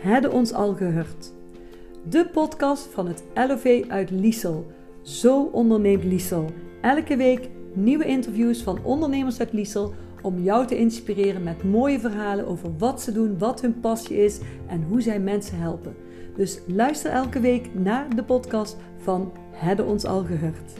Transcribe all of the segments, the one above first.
Hadden ons al gehoord. De podcast van het LOV uit Liesel. Zo onderneemt Liesel. Elke week nieuwe interviews van ondernemers uit Liesel om jou te inspireren met mooie verhalen over wat ze doen, wat hun passie is en hoe zij mensen helpen. Dus luister elke week naar de podcast van Hadden ons al gehoord.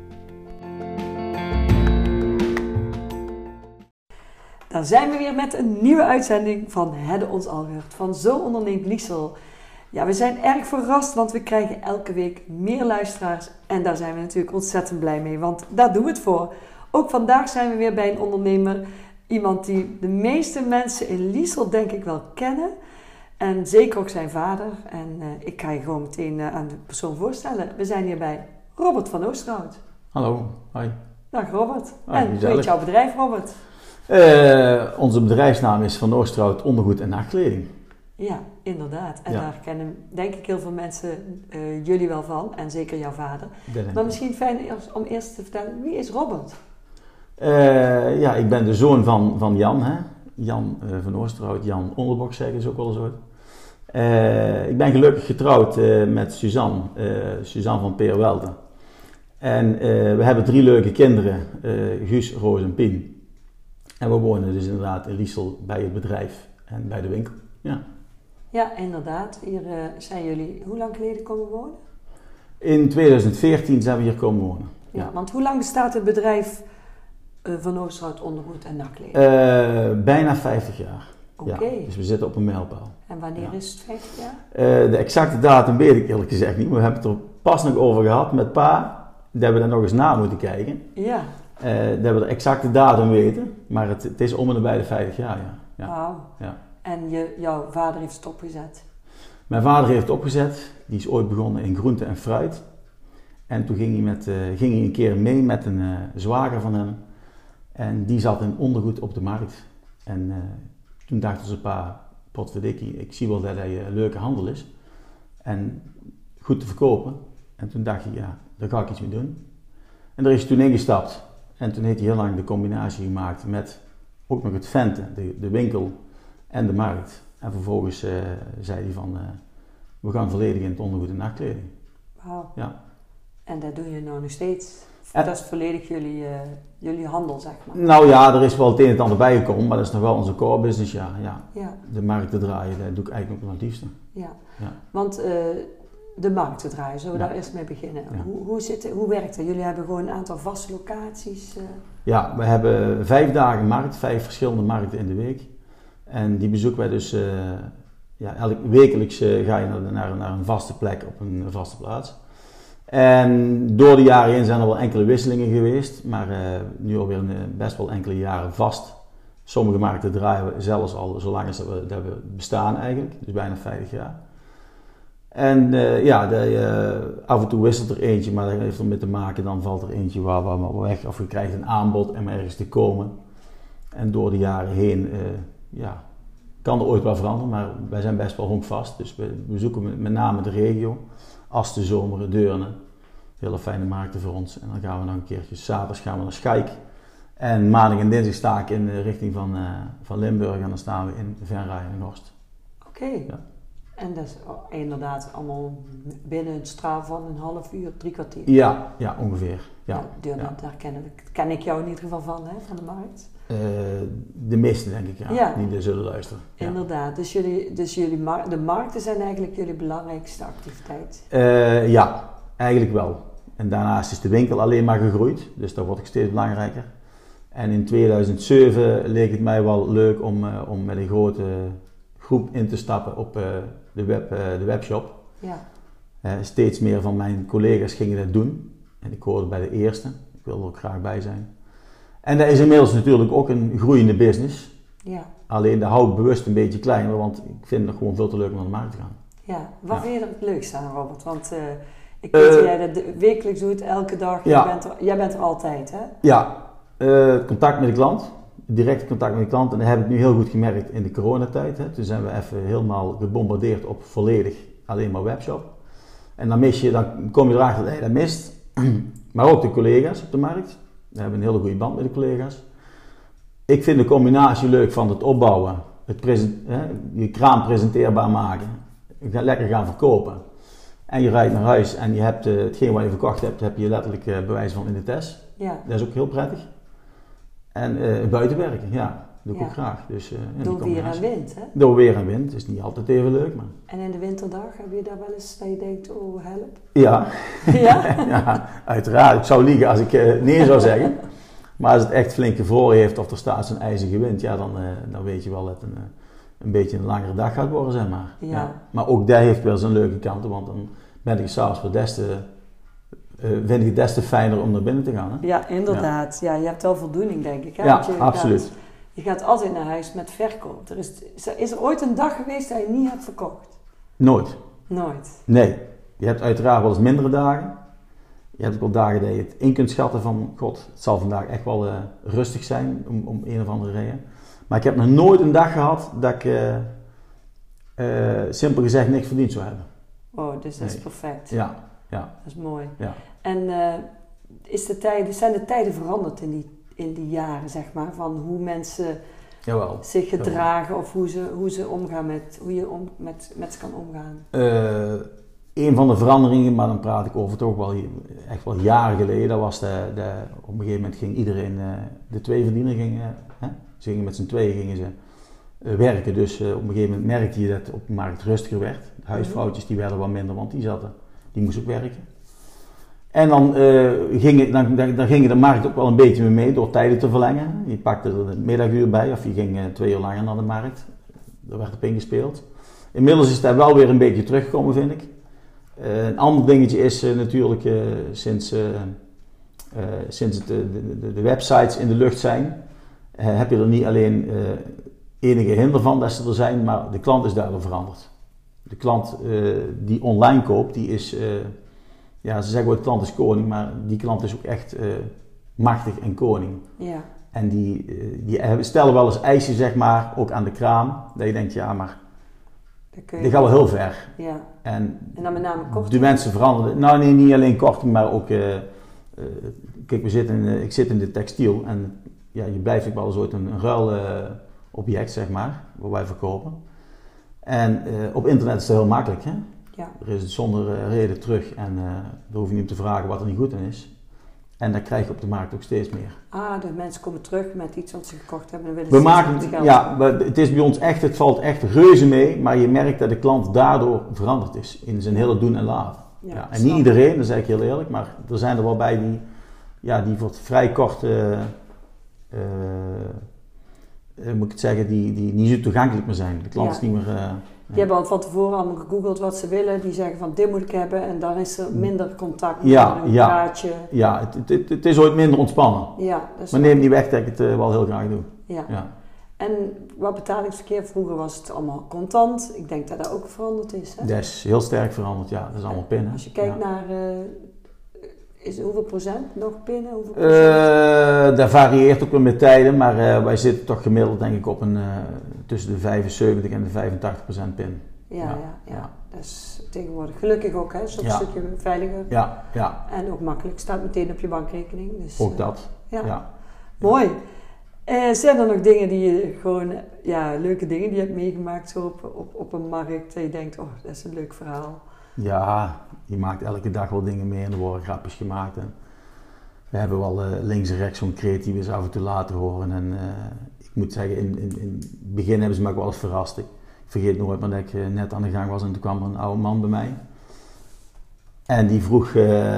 Daar zijn we weer met een nieuwe uitzending van Hadden ons al gehoord, van Zo onderneemt Liesel. Ja, we zijn erg verrast, want we krijgen elke week meer luisteraars en daar zijn we natuurlijk ontzettend blij mee, want daar doen we het voor. Ook vandaag zijn we weer bij een ondernemer, iemand die de meeste mensen in Liesel denk ik wel kennen. En zeker ook zijn vader. En ik ga je gewoon meteen aan de persoon voorstellen. We zijn hier bij Robert van Oosterhout. Hallo, hoi. Dag Robert. Hoi, en hoe heet jouw bedrijf, Robert? Onze bedrijfsnaam is Van Oosterhout Ondergoed en Nachtkleding. Ja, inderdaad. En Ja. daar kennen denk ik heel veel mensen jullie wel van. En zeker jouw vader. Maar misschien fijn om eerst te vertellen, wie is Robert? Ja, ik ben de zoon van Jan, hè? Jan van Oosterhout, Jan Onderbok zeggen ze ook wel zo. Ik ben gelukkig getrouwd met Suzanne, Suzanne van Peerwelde. En we hebben 3 leuke kinderen, Guus, Roos en Pien. En we wonen dus inderdaad in Liesel bij het bedrijf en bij de winkel. Ja, Ja, inderdaad. Hier zijn jullie, hoe lang geleden komen wonen? in 2014 zijn we hier komen wonen. Ja, want hoe lang bestaat het bedrijf Van Oosterhout Ondergoed en Nachtkleding? Bijna 50 jaar. Oké. Ja, dus we zitten op een mijlpaal. En wanneer is het 50 jaar? De exacte datum weet ik eerlijk gezegd niet, maar we hebben het er pas nog over gehad met pa. Dat hebben we daar nog eens na moeten kijken. Ja. Dat hebben we de exacte datum weten, maar het is om en nabij de 50 jaar, ja. Ja. Wauw. Ja. En jouw vader heeft het opgezet? Mijn vader heeft het opgezet, die is ooit begonnen in groente en fruit. En toen ging hij een keer mee met een zwager van hem. En die zat in ondergoed op de markt. En toen dachten ze, pa, potverdikkie, ik zie wel dat hij leuke handel is. En goed te verkopen. En toen dacht hij, ja, daar ga ik iets mee doen. En daar is hij toen ingestapt. En toen heeft hij heel lang de combinatie gemaakt met ook nog het venten, de winkel en de markt. En vervolgens zei hij van, we gaan volledig in het ondergoed en nachtkleding. Wauw. Ja. En dat doe je nou nog steeds? En- Dat is volledig jullie handel, zeg maar? Nou ja, er is wel het een en het ander bijgekomen, maar dat is nog wel onze core business, ja. Ja, De markt te draaien, dat doe ik eigenlijk ook nog het liefste. ja. Ja. Want de markt te draaien, zullen we Ja. daar eerst mee beginnen? Ja. Hoe werkt het? Jullie hebben gewoon een aantal vaste locaties? Ja, we hebben 5 dagen markt, 5 verschillende markten in de week. En die bezoeken wij dus, wekelijks ga je naar een vaste plek op een vaste plaats. En door de jaren heen zijn er wel enkele wisselingen geweest, maar nu alweer best wel enkele jaren vast. Sommige markten draaien we zelfs al zo lang als dat we bestaan eigenlijk, dus bijna 50 jaar. En af en toe wisselt er eentje, maar dat heeft ermee te maken, dan valt er eentje waar we weg, of je krijgt een aanbod om ergens te komen. En door de jaren heen, kan er ooit wel veranderen, maar wij zijn best wel honkvast. Dus we zoeken met name de regio, Asten, Zomeren, Deurne. Hele fijne markten voor ons. En dan gaan we nog een keertje, 's avonds gaan we naar Schaik. En maandag en dinsdag sta ik in de richting van Limburg en dan staan we in Venray en Horst. Oké. Ja. En dat is inderdaad allemaal binnen een straal van een half uur, 3 kwartier. Ja, ongeveer. Ja. Deurne, daar ken ik jou in ieder geval van de markt. De meeste denk ik, Ja. die zullen luisteren. Ja. Inderdaad, dus de markten zijn eigenlijk jullie belangrijkste activiteit. Ja, eigenlijk wel. En daarnaast is de winkel alleen maar gegroeid, dus dat wordt ook steeds belangrijker. En in 2007 leek het mij wel leuk om met een grote groep in te stappen op de webshop. Ja. Steeds meer van mijn collega's gingen dat doen. En ik hoorde bij de eerste. Ik wilde er ook graag bij zijn. En dat is inmiddels natuurlijk ook een groeiende business. Ja. Alleen dat hou ik bewust een beetje kleiner, want ik vind het gewoon veel te leuk om naar de markt te gaan. Ja. Wat vind je er het leukste aan, Robert? Want ik weet dat jij dat wekelijks doet, elke dag. Ja. Jij bent er altijd, hè? Ja, contact met de klant. Direct contact met de klant. En dat heb ik nu heel goed gemerkt in de coronatijd. Hè. Toen zijn we even helemaal gebombardeerd op volledig alleen maar webshop. En dan kom je erachter dat je dat mist. Maar ook de collega's op de markt. We hebben een hele goede band met de collega's. Ik vind de combinatie leuk van het opbouwen je kraam presenteerbaar maken. Lekker gaan verkopen. En je rijdt naar huis en je hebt hetgeen wat je verkocht hebt, heb je letterlijk bewijs van in de test. Ja. Dat is ook heel prettig. En buitenwerken, ja, doe ik ook graag. Dus, door weer en wind, hè? Door weer en wind, is niet altijd even leuk. Maar... En in de winterdag, heb je daar wel eens dat je denkt, oh help? Ja. Ja? Ja, uiteraard. Ik zou liegen als ik nee zou zeggen. Maar als het echt flink gevroren heeft of er staat zo'n ijzige wind, ja, dan weet je wel dat het een beetje een langere dag gaat worden, zeg maar. Ja. Ja. Maar ook dat heeft wel zijn leuke kanten, want dan ben ik s'avonds vind ik het des te fijner om naar binnen te gaan. Hè? Ja, inderdaad. Ja, je hebt wel voldoening, denk ik. Hè? Ja, want absoluut. Je gaat altijd naar huis met verkoop. Is er ooit een dag geweest dat je niet hebt verkocht? Nooit. Nooit? Nee. Je hebt uiteraard wel eens mindere dagen. Je hebt ook wel dagen dat je het in kunt schatten van, god, het zal vandaag echt wel rustig zijn om een of andere reden. Maar ik heb nog nooit een dag gehad dat ik simpel gezegd niks verdiend zou hebben. Oh, dus dat is perfect. Ja. Dat is mooi. Ja. En zijn de tijden veranderd in die jaren, zeg maar, van hoe mensen zich gedragen of hoe ze omgaan hoe je met ze kan omgaan? Een van de veranderingen, maar dan praat ik over toch wel echt wel jaren geleden, dat was op een gegeven moment ging iedereen, de tweeverdiener ze gingen met z'n tweeën gingen ze werken, dus op een gegeven moment merkte je dat op de markt rustiger werd. De huisvrouwtjes die werden wat minder, want die moesten ook werken. En dan ging de markt ook wel een beetje mee door tijden te verlengen. Je pakte er een middaguur bij of je ging 2 uur langer naar de markt. Daar werd op ingespeeld. Inmiddels is dat wel weer een beetje teruggekomen, vind ik. Een ander dingetje is natuurlijk sinds de websites in de lucht zijn, heb je er niet alleen enige hinder van dat ze er zijn, maar de klant is daardoor veranderd. De klant die online koopt, die is, ze zeggen wel, de klant is koning, maar die klant is ook echt machtig en koning. Ja. En die stellen wel eens eisen, zeg maar, ook aan de kraam, dat je denkt, ja, maar die gaat wel heel ver. Ja. En dan met name korting? De mensen veranderen. Nou nee, niet alleen korting, maar ook, kijk, ik zit in de textiel en ja, je blijft ook wel eens ooit een ruilobject, zeg maar, waar wij verkopen. En op internet is het heel makkelijk, hè? Ja. Er is het zonder reden terug en daar hoef je niet om te vragen wat er niet goed in is. En dat krijg je op de markt ook steeds meer. De mensen komen terug met iets wat ze gekocht hebben en we maken het is bij ons echt, het valt echt reuze mee, maar je merkt dat de klant daardoor veranderd is in zijn hele doen en laten. Ja, en niet iedereen, dat zeg ik heel eerlijk, maar er zijn er wel bij die voor vrij kort, moet ik het zeggen, die niet zo toegankelijk meer zijn. De klant is niet meer... Die hebben al van tevoren allemaal gegoogeld wat ze willen. Die zeggen van dit moet ik hebben en dan is er minder contact met een praatje. Ja, het is ooit minder ontspannen. Ja, dat is maar neem niet weg dat ik het wel heel graag doe. Ja. En wat betalingsverkeer, vroeger was het allemaal contant. Ik denk dat dat ook veranderd is. Hè? Dat is heel sterk veranderd, ja. Dat is allemaal pinnen. Als je kijkt naar, hoeveel procent nog pinnen? Dat varieert ook weer met tijden, maar wij zitten toch gemiddeld denk ik op tussen de 75 en de 85% pin. Ja. Dat is tegenwoordig gelukkig ook, hè? Zo'n stukje veiliger. Ja. En ook makkelijk, staat meteen op je bankrekening. Dus, ook dat. Ja. Mooi. Zijn er nog dingen die je gewoon, leuke dingen die je hebt meegemaakt zo op een markt, dat je denkt, oh, dat is een leuk verhaal? Ja, je maakt elke dag wel dingen mee en er worden grapjes gemaakt. En we hebben wel links en rechts zo'n creatief af en toe laten horen. En ik moet zeggen, in het begin hebben ze me ook wel eens verrast. Ik vergeet nooit maar dat ik net aan de gang was en toen kwam er een oude man bij mij. En die vroeg,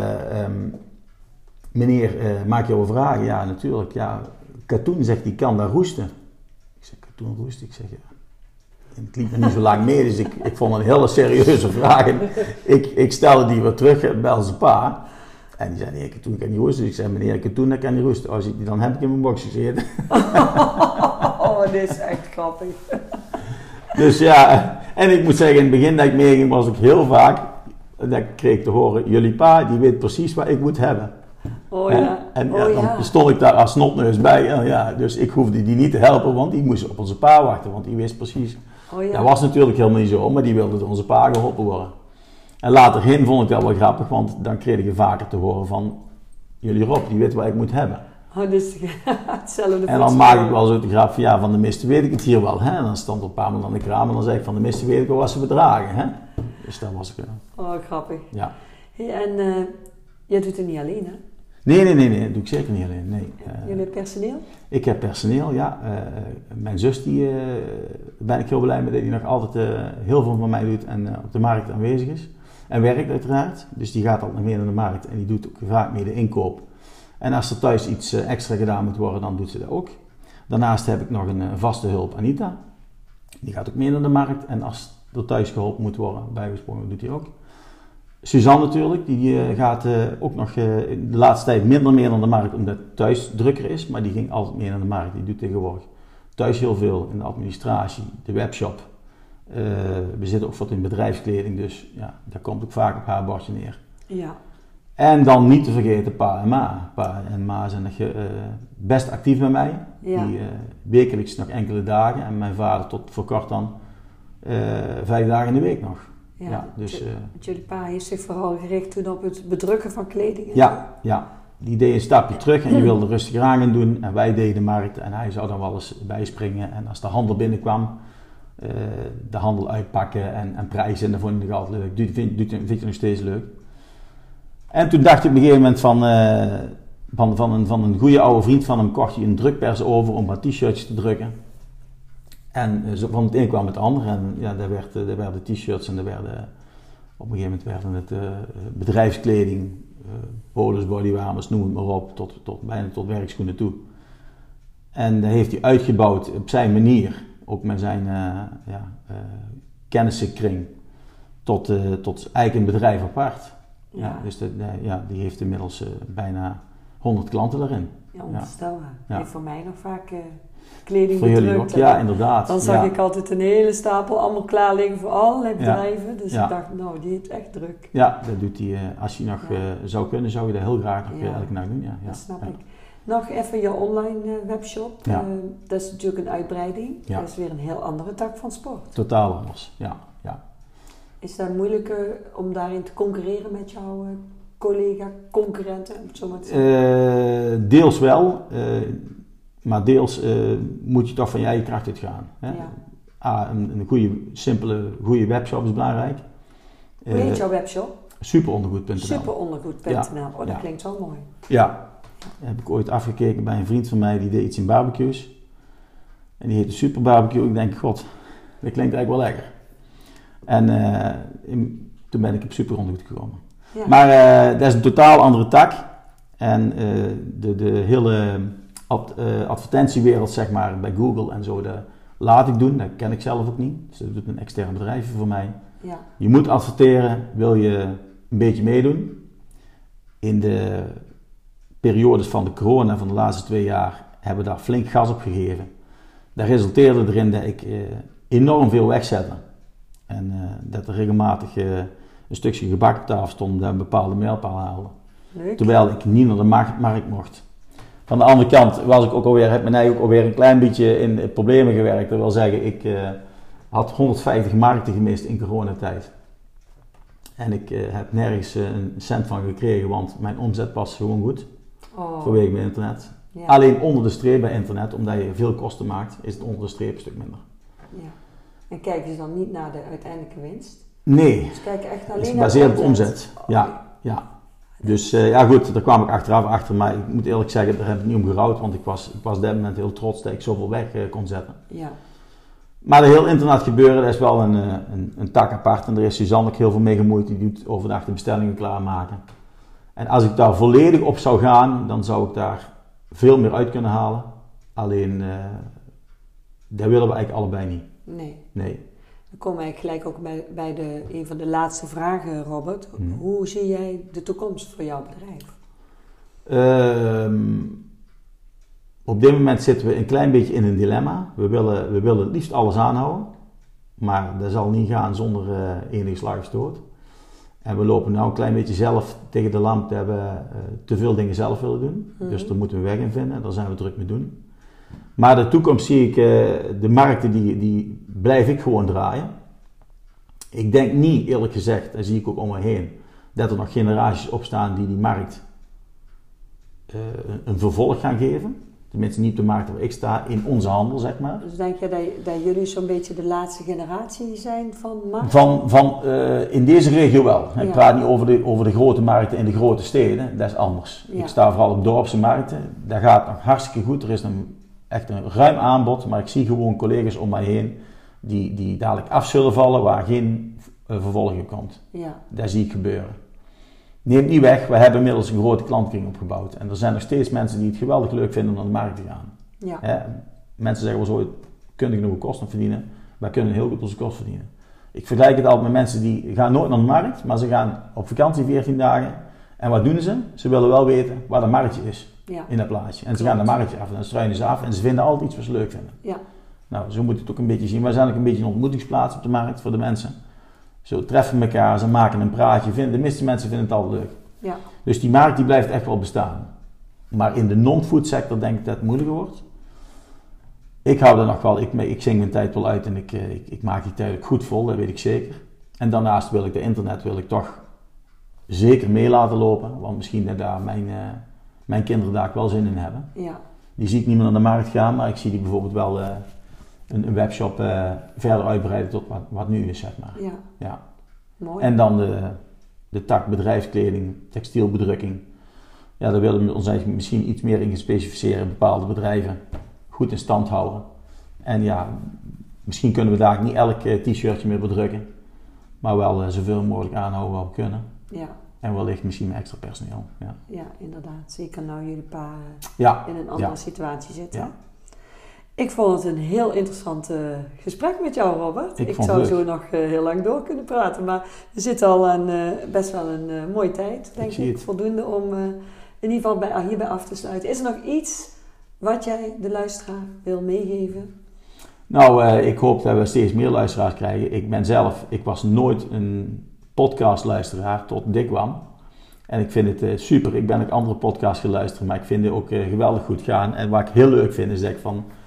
meneer, maak je wel vragen? Ja, natuurlijk. Ja, katoen, zegt hij, kan daar roesten? Ik zeg, katoen roesten? Ik zeg, ja. En het liep me niet zo lang mee, dus ik vond het een hele serieuze vraag. En ik stelde die weer terug bij zijn pa. En die zei, nee, katoen kan niet roesten. Dus ik zei, meneer, katoen dat kan niet roesten. Als ik die dan heb ik in mijn box gezeten. Oh, dit is echt grappig. Dus ja, en ik moet zeggen, in het begin dat ik meeging was ik heel vaak, dat ik kreeg te horen, jullie pa, die weet precies wat ik moet hebben. Oh ja. En dan stond ik daar als snotneus bij. En dus ik hoefde die niet te helpen, want die moest op onze pa wachten, want die wist precies. Oh ja. Dat was natuurlijk helemaal niet zo, maar die wilde door onze pa geholpen worden. En laterheen vond ik dat wel grappig, want dan kreeg je vaker te horen van, jullie Rob, die weet wat ik moet hebben. Oh, dus hetzelfde. En dan maak ik wel zo de grap van, ja, van de meeste weet ik het hier wel. Hè? En dan stond op een paar moment aan de kraam en dan zei ik, van de meeste weet ik wel wat ze bedragen. Hè? Dus dat was ik. Oh, grappig. Ja. Hey, en jij doet het niet alleen, hè? Nee, dat doe ik zeker niet alleen. Nee. Jullie hebben personeel? Ik heb personeel, ja. Mijn zus, ben ik heel blij mee dat die nog altijd heel veel van mij doet en op de markt aanwezig is. En werkt uiteraard. Dus die gaat altijd mee naar de markt en die doet ook vaak mee de inkoop. En als er thuis iets extra gedaan moet worden, dan doet ze dat ook. Daarnaast heb ik nog een vaste hulp, Anita. Die gaat ook mee naar de markt en als er thuis geholpen moet worden, bijgesprongen, doet hij ook. Suzanne natuurlijk, die gaat ook nog de laatste tijd minder mee naar de markt omdat het thuis drukker is, maar die ging altijd mee naar de markt. Die doet tegenwoordig thuis heel veel in de administratie, de webshop. We zitten ook wat in bedrijfskleding, dus ja, dat komt ook vaak op haar bordje neer. Ja. En dan niet te vergeten pa en ma. Pa en ma zijn best actief bij mij. Ja. Die wekelijks nog enkele dagen en mijn vader tot voor kort dan 5 dagen in de week nog. Ja, dus, jullie pa heeft zich vooral gericht toen op het bedrukken van kleding. Ja, die deed een stapje terug en je wilde rustig aan gaan doen. En wij deden de markt en hij zou dan wel eens bijspringen. En als de handel binnenkwam, de handel uitpakken en prijzen. En dat vond ik nog altijd leuk. Vind je nog steeds leuk. En toen dacht ik op een gegeven moment van een goede oude vriend van hem kocht hij een drukpers over om wat t-shirtjes te drukken. En van het een kwam het ander en ja, daar werden t-shirts en op een gegeven moment werden het bedrijfskleding, polos, bodywarmers, noem het maar op, bijna tot werkschoenen toe. En dat heeft hij uitgebouwd op zijn manier, ook met zijn kennissenkring, tot eigenlijk een bedrijf apart. Ja, dus die heeft inmiddels bijna 100 klanten daarin. Ja, onvoorstelbaar. Ja. En voor mij nog vaak kleding voor jullie ook, ja, inderdaad. Dan zag ik altijd een hele stapel allemaal klaar liggen voor allerlei bedrijven. Ja. Dus ik dacht, nou, die heeft echt druk. Ja, dat doet hij. Als je nog zou kunnen, zou je dat heel graag nog elke dag doen. Ja, dat snap ik. Nog even je online webshop. Ja. Dat is natuurlijk een uitbreiding. Ja. Dat is weer een heel andere tak van sport. Totaal anders, ja. Is dat moeilijker om daarin te concurreren met jouw collega-concurrenten? Deels wel, maar deels moet je toch van je eigen kracht uitgaan. Hè? Ja. Een goede webshop is belangrijk. Hoe heet jouw webshop? Superondergoed.nl. Superondergoed.nl. Ja. Oh, dat klinkt zo mooi. Ja, dat heb ik ooit afgekeken bij een vriend van mij die deed iets in barbecues. En die heette Super Barbecue. Ik denk, god, dat klinkt eigenlijk wel lekker. En toen ben ik op Superondergoed gekomen. Ja. Maar dat is een totaal andere tak. En de hele advertentiewereld, zeg maar, bij Google en zo, dat laat ik doen. Dat ken ik zelf ook niet. Dus dat doet een extern bedrijf voor mij. Ja. Je moet adverteren, wil je een beetje meedoen. In de periodes van de corona van de laatste 2 jaar hebben we daar flink gas op gegeven. Dat resulteerde erin dat ik enorm veel wegzette. En dat er regelmatig een stukje gebak op tafel stond dat een bepaalde mijlpaal haalde. Leuk. Terwijl ik niet naar de markt mocht. Van de andere kant heb mij ook alweer een klein beetje in problemen gewerkt. Dat wil zeggen, ik had 150 markten gemist in coronatijd. En ik heb nergens een cent van gekregen, want mijn omzet was gewoon goed. Vanwege mijn internet. Ja. Alleen onder de streep bij internet, omdat je veel kosten maakt, is het onder de streep een stuk minder. Ja. En kijken ze dan niet naar de uiteindelijke winst? Nee. Ze kijken echt alleen het is naar gebaseerd op omzet. Ja. Dus goed, daar kwam ik achteraf achter, maar ik moet eerlijk zeggen, daar heb ik niet om gerouwd, want ik was op dat moment heel trots dat ik zoveel weg kon zetten. Ja. Maar de heel internet gebeuren, dat is wel een tak apart en er is Suzanne ook heel veel mee gemoeid, die doet overdag de bestellingen klaarmaken. En als ik daar volledig op zou gaan, dan zou ik daar veel meer uit kunnen halen. Alleen, dat willen we eigenlijk allebei niet. Nee. Dan komen we eigenlijk gelijk ook bij een van de laatste vragen, Robert. Hoe zie jij de toekomst voor jouw bedrijf? Op dit moment zitten we een klein beetje in een dilemma. We willen het liefst alles aanhouden. Maar dat zal niet gaan zonder enige slag of stoot. En we lopen nu een klein beetje zelf tegen de lamp dat we te veel dingen zelf willen doen. Dus daar moeten we weg in vinden en daar zijn we druk mee doen. Maar de toekomst zie ik, de markten die blijf ik gewoon draaien. Ik denk niet, eerlijk gezegd, dat zie ik ook om me heen, dat er nog generaties opstaan die markt een vervolg gaan geven. Tenminste niet op de markt waar ik sta, in onze handel, zeg maar. Dus denk je dat jullie zo'n beetje de laatste generatie zijn van markt? In deze regio wel. Ja. Ik praat niet over de grote markten in de grote steden, dat is anders. Ja. Ik sta vooral op dorpse markten, dat gaat nog hartstikke goed. Er is echt een ruim aanbod, maar ik zie gewoon collega's om mij heen die dadelijk af zullen vallen waar geen vervolging komt. Ja. Dat zie ik gebeuren. Neemt niet weg, we hebben inmiddels een grote klantkring opgebouwd. En er zijn nog steeds mensen die het geweldig leuk vinden om naar de markt te gaan. Ja. Mensen zeggen wel zo, kun je genoeg kosten verdienen? Wij kunnen heel goed onze kosten verdienen. Ik vergelijk het altijd met mensen die gaan nooit naar de markt, maar ze gaan op vakantie 14 dagen. En wat doen ze? Ze willen wel weten waar de marktje is in dat plaatsje. En ze gaan de marktje af en dan struinen ze af en ze vinden altijd iets wat ze leuk vinden. Ja. Nou, zo moet je het ook een beetje zien. Wij zijn ook een beetje een ontmoetingsplaats op de markt voor de mensen. Zo treffen elkaar, ze maken een praatje. De meeste mensen vinden het altijd leuk. Ja. Dus die markt die blijft echt wel bestaan. Maar in de non-food sector denk ik dat het moeilijker wordt. Ik hou er nog wel, ik zing mijn tijd wel uit en ik maak die tijd ook goed vol, dat weet ik zeker. En daarnaast wil ik de internet toch zeker mee laten lopen. Want misschien dat daar mijn kinderen daar ook wel zin in hebben. Ja. Die zie ik niet meer naar de markt gaan, maar ik zie die bijvoorbeeld wel een webshop verder uitbreiden tot wat nu is, zeg maar. Ja. Ja. Mooi. En dan de tak bedrijfskleding, textielbedrukking. Ja, daar willen we ons eigenlijk misschien iets meer in gespecificeerd. Bepaalde bedrijven goed in stand houden. En ja, misschien kunnen we daar niet elk t-shirtje meer bedrukken. Maar wel zoveel mogelijk aanhouden wat we kunnen. Ja. En wellicht misschien met extra personeel. Ja, Ja, inderdaad. Zeker nou jullie pa in een andere situatie zitten. Ja. Ik vond het een heel interessant gesprek met jou, Robert. Ik zou zo nog heel lang door kunnen praten. Maar we zitten al aan best wel een mooie tijd, denk ik. Voldoende om in ieder geval hierbij af te sluiten. Is er nog iets wat jij de luisteraar wil meegeven? Nou, ik hoop dat we steeds meer luisteraars krijgen. Ik was nooit een podcastluisteraar tot dit kwam. En ik vind het super. Ik ben ook andere podcasts geluisterd, maar ik vind het ook geweldig goed gaan. En wat ik heel leuk vind is dat ik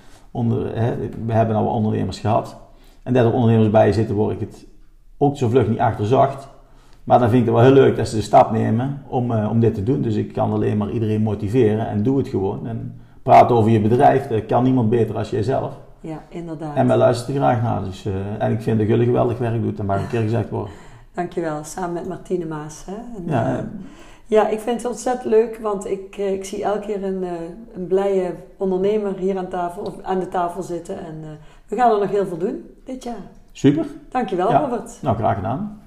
we hebben al ondernemers gehad. En dat er ondernemers bij zitten waar ik het ook zo vlug niet achter zocht. Maar dan vind ik het wel heel leuk dat ze de stap nemen om dit te doen. Dus ik kan alleen maar iedereen motiveren en doe het gewoon. En praat over je bedrijf, dat kan niemand beter als jijzelf. Ja, inderdaad. En wij luisteren er graag naar. Dus, en ik vind dat jullie geweldig werk doet, dat mag een keer gezegd worden. Dankjewel, samen met Martine Maas. Hè? En, ja, ik vind het ontzettend leuk, want ik zie elke keer een blije ondernemer hier aan de tafel zitten. En we gaan er nog heel veel doen dit jaar. Super. Dankjewel, Robert. Nou, graag gedaan.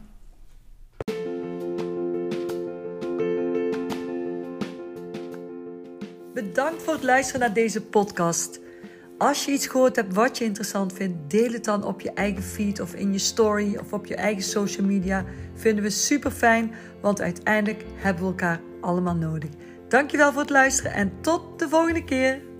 Bedankt voor het luisteren naar deze podcast. Als je iets gehoord hebt wat je interessant vindt, deel het dan op je eigen feed of in je story of op je eigen social media. Vinden we super fijn, want uiteindelijk hebben we elkaar allemaal nodig. Dankjewel voor het luisteren en tot de volgende keer.